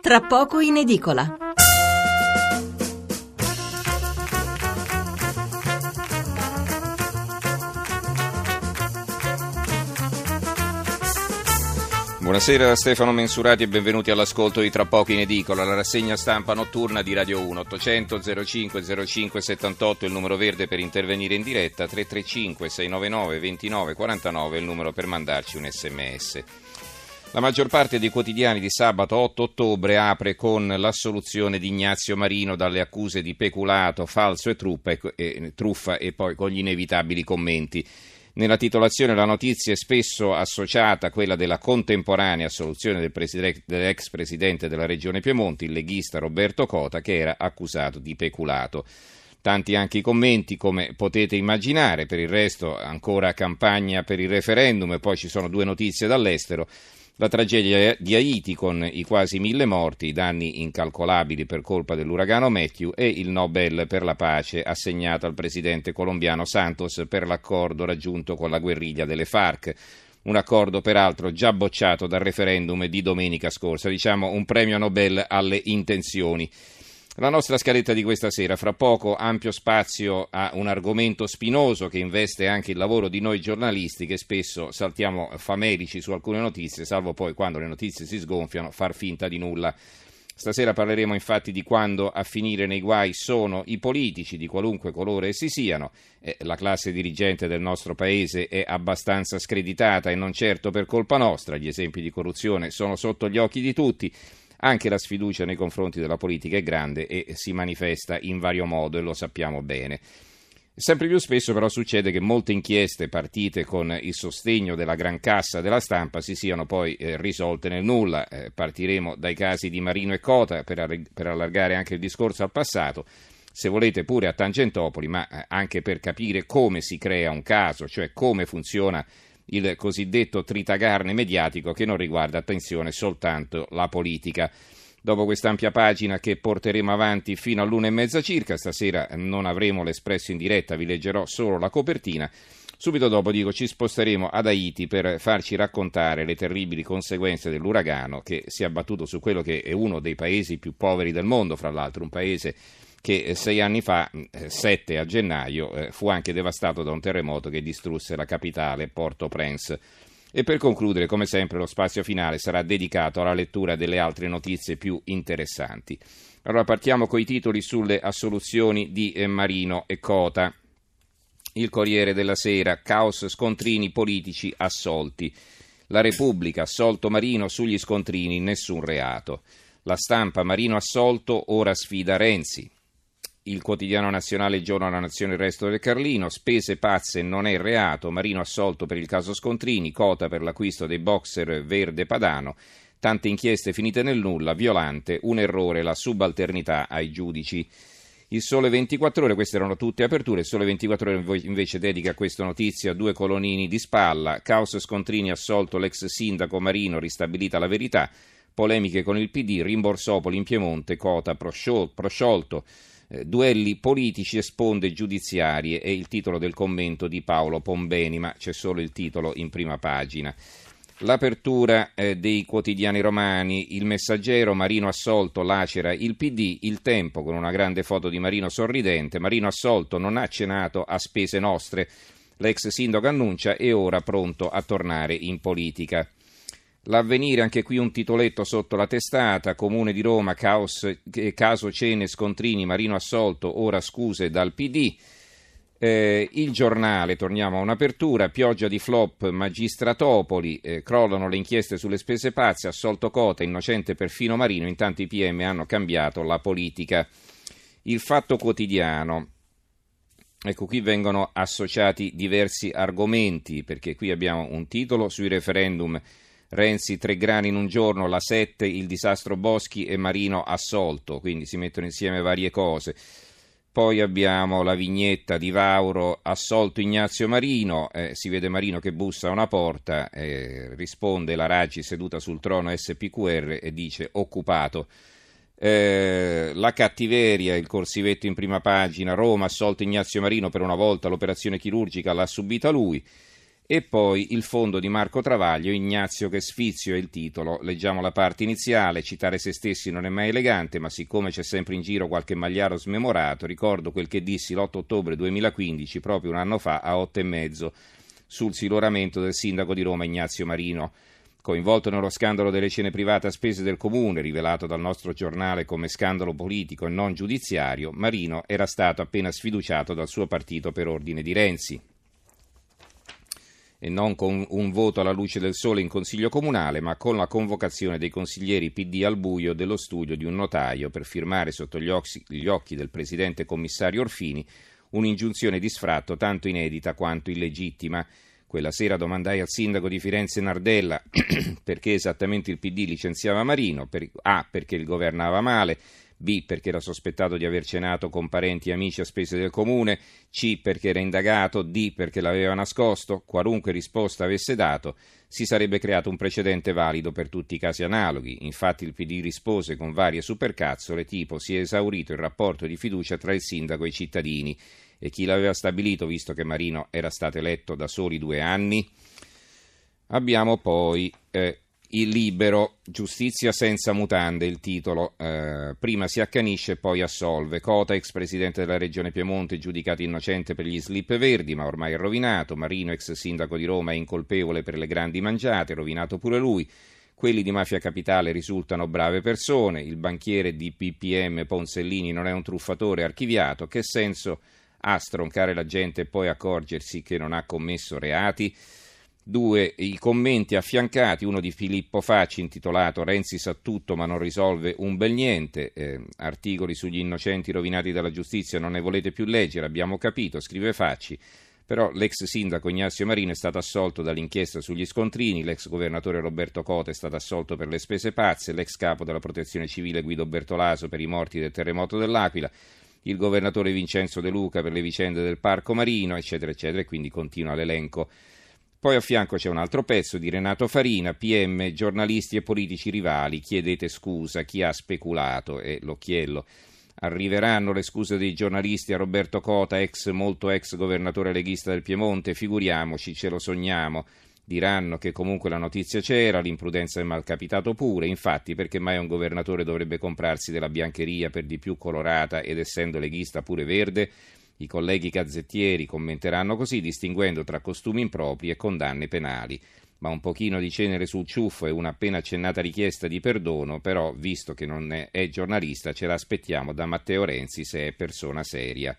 tra poco in edicola. Buonasera da Stefano Mensurati e benvenuti all'ascolto di Tra poco in edicola, la rassegna stampa notturna di Radio 1. 800 05 05 78 il numero verde per intervenire in diretta, 335 699 29 49 il numero per mandarci un sms. La maggior parte dei quotidiani di sabato 8 ottobre apre con l'assoluzione di Ignazio Marino dalle accuse di peculato, falso e truffa e poi con gli inevitabili commenti. Nella titolazione la notizia è spesso associata a quella della contemporanea assoluzione dell'ex presidente della Regione Piemonte, il leghista Roberto Cota, che era accusato di peculato. Tanti anche i commenti, come potete immaginare. Per il resto ancora campagna per il referendum e poi ci sono due notizie dall'estero. La tragedia di Haiti con i quasi 1000 morti, i danni incalcolabili per colpa dell'uragano Matthew e il Nobel per la pace assegnato al presidente colombiano Santos per l'accordo raggiunto con la guerriglia delle FARC. Un accordo peraltro già bocciato dal referendum di domenica scorsa, diciamo un premio Nobel alle intenzioni. La nostra scaletta di questa sera, fra poco ampio spazio a un argomento spinoso che investe anche il lavoro di noi giornalisti che spesso saltiamo famelici su alcune notizie, salvo poi quando le notizie si sgonfiano far finta di nulla. Stasera parleremo infatti di quando a finire nei guai sono i politici di qualunque colore essi siano. La classe dirigente del nostro paese è abbastanza screditata e non certo per colpa nostra, gli esempi di corruzione sono sotto gli occhi di tutti. Anche la sfiducia nei confronti della politica è grande e si manifesta in vario modo e lo sappiamo bene. Sempre più spesso però succede che molte inchieste partite con il sostegno della gran cassa della stampa si siano poi risolte nel nulla. Partiremo dai casi di Marino e Cota per allargare anche il discorso al passato, se volete pure a Tangentopoli, ma anche per capire come si crea un caso, cioè come funziona il cosiddetto tritacarne mediatico che non riguarda, attenzione, soltanto la politica. Dopo quest'ampia pagina che porteremo avanti fino all'1:30 circa, stasera non avremo l'Espresso in diretta, vi leggerò solo la copertina. Subito dopo, ci sposteremo ad Haiti per farci raccontare le terribili conseguenze dell'uragano che si è abbattuto su quello che è uno dei paesi più poveri del mondo, fra l'altro un paese che 6 anni fa, 7 a gennaio, fu anche devastato da un terremoto che distrusse la capitale, Port-au-Prince. E per concludere, come sempre, lo spazio finale sarà dedicato alla lettura delle altre notizie più interessanti. Allora partiamo coi titoli sulle assoluzioni di Marino e Cota. Il Corriere della Sera, caos scontrini politici assolti. La Repubblica, assolto Marino, sugli scontrini nessun reato. La Stampa, Marino assolto, ora sfida Renzi. Il Quotidiano Nazionale, Giorno alla Nazione, il resto del Carlino, spese pazze non è reato, Marino assolto per il caso Scontrini, Cota per l'acquisto dei boxer Verde Padano, tante inchieste finite nel nulla, Violante, un errore, la subalternità ai giudici. Il Sole 24 Ore, queste erano tutte aperture, il Sole 24 Ore invece dedica a questa notizia 2 colonnini di spalla, caos Scontrini assolto l'ex sindaco Marino, ristabilita la verità, polemiche con il PD, Rimborsopoli in Piemonte, Cota prosciolto. Duelli politici e sponde giudiziarie è il titolo del commento di Paolo Pombeni, ma c'è solo il titolo in prima pagina. L'apertura dei quotidiani romani, Il Messaggero, Marino assolto lacera il PD, Il Tempo con una grande foto di Marino sorridente, Marino assolto non ha cenato a spese nostre, l'ex sindaco annuncia è ora pronto a tornare in politica. L'Avvenire, anche qui un titoletto sotto la testata, Comune di Roma, caso cene scontrini, Marino assolto, ora scuse dal PD. Il Giornale, torniamo a un'apertura, pioggia di flop, Magistratopoli, crollano le inchieste sulle spese pazze, assolto Cota, innocente perfino Marino, intanto i PM hanno cambiato la politica. Il Fatto Quotidiano. Ecco, qui vengono associati diversi argomenti, perché qui abbiamo un titolo sui referendum. Renzi, 3 grani in un giorno, la 7, il disastro Boschi e Marino assolto, quindi si mettono insieme varie cose. Poi abbiamo la vignetta di Vauro, assolto Ignazio Marino, si vede Marino che bussa a una porta, risponde la Raggi seduta sul trono SPQR e dice occupato. La cattiveria, il corsivetto in prima pagina, Roma, assolto Ignazio Marino per una volta, l'operazione chirurgica l'ha subita lui. E poi il fondo di Marco Travaglio, Ignazio che sfizio è il titolo. Leggiamo la parte iniziale: citare se stessi non è mai elegante, ma siccome c'è sempre in giro qualche magliaro smemorato, ricordo quel che dissi l'8 ottobre 2015, proprio un anno fa, a 8:30, sul siluramento del sindaco di Roma Ignazio Marino. Coinvolto nello scandalo delle cene private a spese del comune, rivelato dal nostro giornale come scandalo politico e non giudiziario, Marino era stato appena sfiduciato dal suo partito per ordine di Renzi. E non con un voto alla luce del sole in consiglio comunale, ma con la convocazione dei consiglieri PD al buio dello studio di un notaio per firmare sotto gli occhi del presidente commissario Orfini un'ingiunzione di sfratto tanto inedita quanto illegittima. Quella sera domandai al sindaco di Firenze Nardella perché esattamente il PD licenziava Marino, A, perché il governava male, B, perché era sospettato di aver cenato con parenti e amici a spese del comune, C, perché era indagato, D, perché l'aveva nascosto. Qualunque risposta avesse dato, si sarebbe creato un precedente valido per tutti i casi analoghi. Infatti il PD rispose con varie supercazzole tipo: si è esaurito il rapporto di fiducia tra il sindaco e i cittadini. E chi l'aveva stabilito, visto che Marino era stato eletto da soli 2 anni? Abbiamo poi il Libero, giustizia senza mutande, il titolo. Prima si accanisce e poi assolve. Cota, ex presidente della regione Piemonte, giudicato innocente per gli slip verdi, ma ormai è rovinato. Marino, ex sindaco di Roma, è incolpevole per le grandi mangiate, rovinato pure lui. Quelli di Mafia Capitale risultano brave persone. Il banchiere di PPM Ponsellini non è un truffatore, archiviato. Che senso ha stroncare la gente e poi accorgersi che non ha commesso reati? 2. I commenti affiancati, uno di Filippo Facci intitolato Renzi sa tutto ma non risolve un bel niente, articoli sugli innocenti rovinati dalla giustizia non ne volete più leggere, abbiamo capito, scrive Facci, però l'ex sindaco Ignazio Marino è stato assolto dall'inchiesta sugli scontrini, l'ex governatore Roberto Cota è stato assolto per le spese pazze, l'ex capo della protezione civile Guido Bertolaso per i morti del terremoto dell'Aquila, il governatore Vincenzo De Luca per le vicende del Parco Marino, eccetera, eccetera, e quindi continua l'elenco. Poi a fianco c'è un altro pezzo di Renato Farina, PM, giornalisti e politici rivali, chiedete scusa, chi ha speculato, e l'occhiello. Arriveranno le scuse dei giornalisti a Roberto Cota, molto ex governatore leghista del Piemonte, figuriamoci, ce lo sogniamo. Diranno che comunque la notizia c'era, l'imprudenza è malcapitato pure, infatti perché mai un governatore dovrebbe comprarsi della biancheria per di più colorata ed essendo leghista pure verde? I colleghi gazzettieri commenteranno così, distinguendo tra costumi impropri e condanne penali. Ma un pochino di cenere sul ciuffo e una appena accennata richiesta di perdono, però, visto che non è giornalista, ce l'aspettiamo da Matteo Renzi se è persona seria.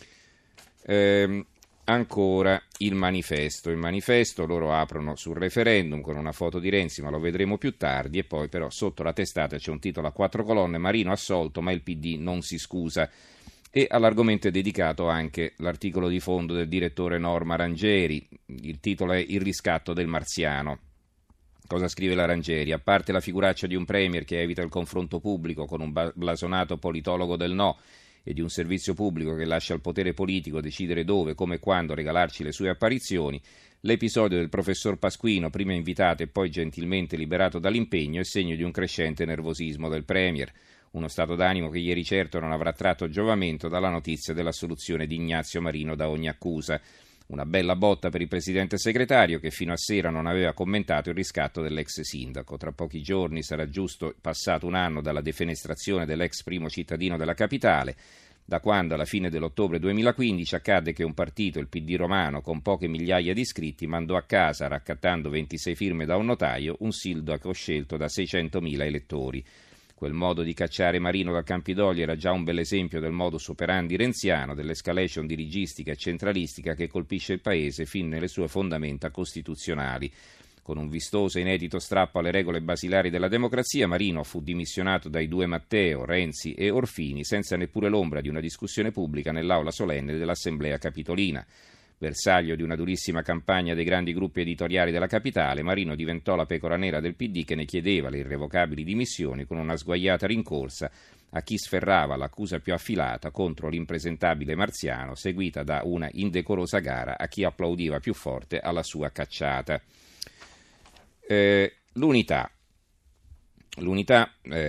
Ancora il manifesto, loro aprono sul referendum con una foto di Renzi, ma lo vedremo più tardi, e poi però sotto la testata c'è un titolo a 4 colonne, Marino assolto ma il PD non si scusa. E all'argomento è dedicato anche l'articolo di fondo del direttore Norma Rangieri, il titolo è Il riscatto del marziano. Cosa scrive la Rangieri? A parte la figuraccia di un premier che evita il confronto pubblico con un blasonato politologo del no e di un servizio pubblico che lascia al potere politico decidere dove, come e quando regalarci le sue apparizioni, l'episodio del professor Pasquino, prima invitato e poi gentilmente liberato dall'impegno, è segno di un crescente nervosismo del premier. Uno stato d'animo che ieri certo non avrà tratto giovamento dalla notizia dell'assoluzione di Ignazio Marino da ogni accusa. Una bella botta per il presidente segretario che fino a sera non aveva commentato il riscatto dell'ex sindaco. Tra pochi giorni sarà giusto passato un anno dalla defenestrazione dell'ex primo cittadino della capitale, da quando alla fine dell'ottobre 2015 accadde che un partito, il PD romano, con poche migliaia di iscritti, mandò a casa, raccattando 26 firme da un notaio, un sindaco scelto da 600.000 elettori. Quel modo di cacciare Marino dal Campidoglio era già un bel esempio del modus operandi renziano, dell'escalation dirigistica e centralistica che colpisce il paese fin nelle sue fondamenta costituzionali. Con un vistoso e inedito strappo alle regole basilari della democrazia, Marino fu dimissionato dai 2 Matteo, Renzi e Orfini senza neppure l'ombra di una discussione pubblica nell'aula solenne dell'Assemblea Capitolina. Bersaglio di una durissima campagna dei grandi gruppi editoriali della capitale, Marino diventò la pecora nera del PD che ne chiedeva le irrevocabili dimissioni con una sguaiata rincorsa a chi sferrava l'accusa più affilata contro l'impresentabile Marziano, seguita da una indecorosa gara a chi applaudiva più forte alla sua cacciata. L'Unità. L'Unità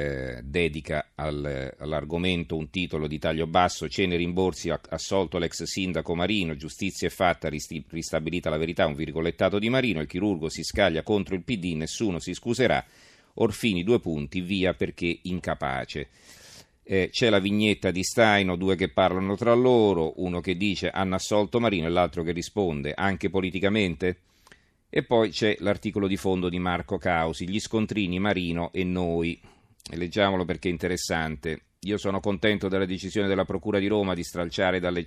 dedica all'argomento un titolo di taglio basso: cene, rimborsi, assolto l'ex sindaco Marino, giustizia è fatta, ristabilita la verità, un virgolettato di Marino, il chirurgo si scaglia contro il PD, nessuno si scuserà, Orfini 2 punti, via perché incapace. C'è la vignetta di Staino, 2 che parlano tra loro, uno che dice hanno assolto Marino e l'altro che risponde anche politicamente. E poi c'è l'articolo di fondo di Marco Causi, gli scontrini Marino e noi. Leggiamolo perché è interessante. Io sono contento della decisione della Procura di Roma di stralciare dalle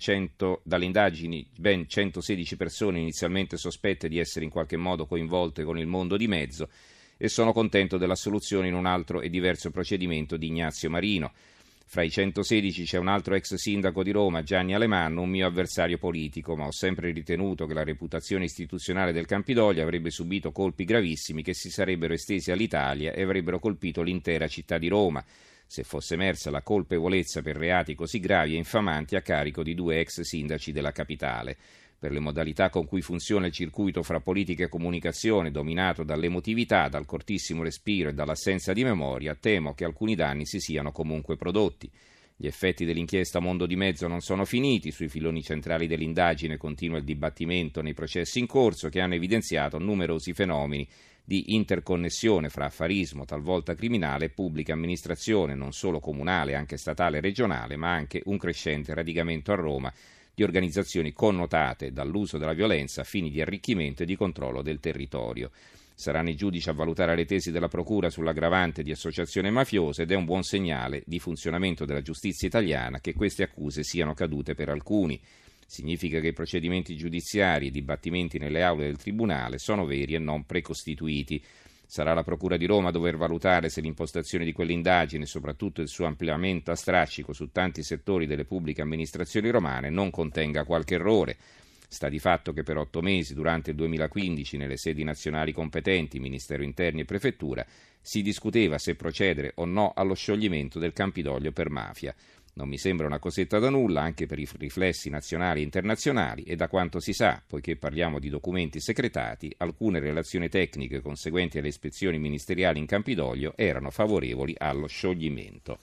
indagini ben 116 persone inizialmente sospette di essere in qualche modo coinvolte con il mondo di mezzo, e sono contento dell'assoluzione in un altro e diverso procedimento di Ignazio Marino. Fra i 116 c'è un altro ex sindaco di Roma, Gianni Alemanno, un mio avversario politico, ma ho sempre ritenuto che la reputazione istituzionale del Campidoglio avrebbe subito colpi gravissimi che si sarebbero estesi all'Italia e avrebbero colpito l'intera città di Roma, se fosse emersa la colpevolezza per reati così gravi e infamanti a carico di 2 ex sindaci della capitale. Per le modalità con cui funziona il circuito fra politica e comunicazione, dominato dall'emotività, dal cortissimo respiro e dall'assenza di memoria, temo che alcuni danni si siano comunque prodotti. Gli effetti dell'inchiesta Mondo di Mezzo non sono finiti, sui filoni centrali dell'indagine continua il dibattimento nei processi in corso che hanno evidenziato numerosi fenomeni di interconnessione fra affarismo, talvolta criminale, e pubblica amministrazione, non solo comunale, anche statale e regionale, ma anche un crescente radicamento a Roma di organizzazioni connotate dall'uso della violenza a fini di arricchimento e di controllo del territorio. Saranno i giudici a valutare le tesi della Procura sull'aggravante di associazione mafiosa ed è un buon segnale di funzionamento della giustizia italiana che queste accuse siano cadute per alcuni. Significa che i procedimenti giudiziari e i dibattimenti nelle aule del Tribunale sono veri e non precostituiti. Sarà la Procura di Roma a dover valutare se l'impostazione di quell'indagine, soprattutto il suo ampliamento a strascico su tanti settori delle pubbliche amministrazioni romane, non contenga qualche errore. Sta di fatto che per 8 mesi, durante il 2015, nelle sedi nazionali competenti, Ministero Interni e Prefettura, si discuteva se procedere o no allo scioglimento del Campidoglio per mafia. Non mi sembra una cosetta da nulla, anche per i riflessi nazionali e internazionali, e da quanto si sa, poiché parliamo di documenti secretati, alcune relazioni tecniche conseguenti alle ispezioni ministeriali in Campidoglio erano favorevoli allo scioglimento.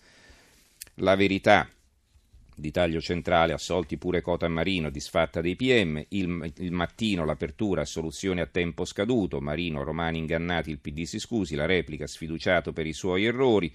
La Verità, di taglio centrale, assolti pure Cota e Marino, disfatta dei PM, il Mattino, l'apertura, assoluzione a tempo scaduto, Marino, Romani ingannati, il PD si scusi, la replica, sfiduciato per i suoi errori.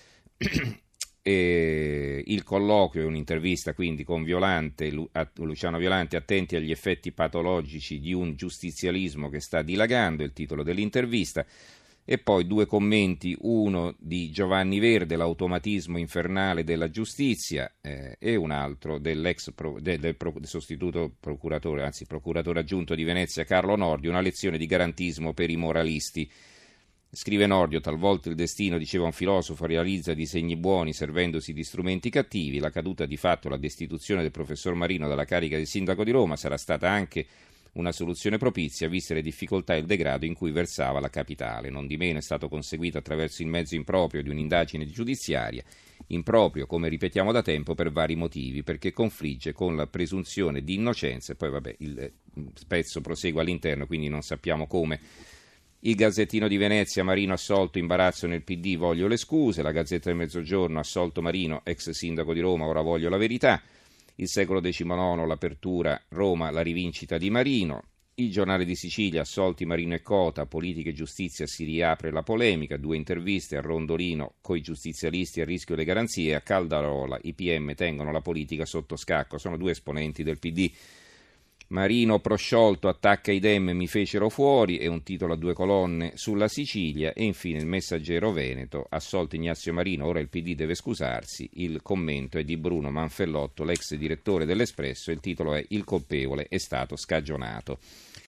Il colloquio è un'intervista quindi con Luciano Violante, attenti agli effetti patologici di un giustizialismo che sta dilagando, il titolo dell'intervista, e poi 2 commenti, uno di Giovanni Verde, l'automatismo infernale della giustizia, e un altro del sostituto procuratore, anzi procuratore aggiunto di Venezia Carlo Nordio, una lezione di garantismo per i moralisti. Scrive Nordio, talvolta il destino, diceva un filosofo, realizza disegni buoni servendosi di strumenti cattivi. La caduta di fatto, la destituzione del professor Marino dalla carica di sindaco di Roma sarà stata anche una soluzione propizia, viste le difficoltà e il degrado in cui versava la capitale. Non di meno è stato conseguito attraverso il mezzo improprio di un'indagine giudiziaria, improprio, come ripetiamo da tempo, per vari motivi, perché confligge con la presunzione di innocenza, e poi il pezzo prosegue all'interno, quindi non sappiamo come. Il Gazzettino di Venezia, Marino assolto, imbarazzo nel PD, voglio le scuse. La Gazzetta del Mezzogiorno, assolto Marino, ex sindaco di Roma, ora voglio la verità. Il Secolo XIX, l'apertura, Roma, la rivincita di Marino. Il Giornale di Sicilia, assolti Marino e Cota, politica e giustizia, si riapre la polemica. 2 interviste a Rondolino, coi giustizialisti a rischio le garanzie, a Caldarola, i PM tengono la politica sotto scacco. Sono 2 esponenti del PD. Marino prosciolto, attacca i Dem, mi fecero fuori, è un titolo a 2 colonne sulla Sicilia. E infine il Messaggero Veneto, assolto Ignazio Marino, ora il PD deve scusarsi. Il commento è di Bruno Manfellotto, l'ex direttore dell'Espresso, il titolo è Il colpevole è stato scagionato.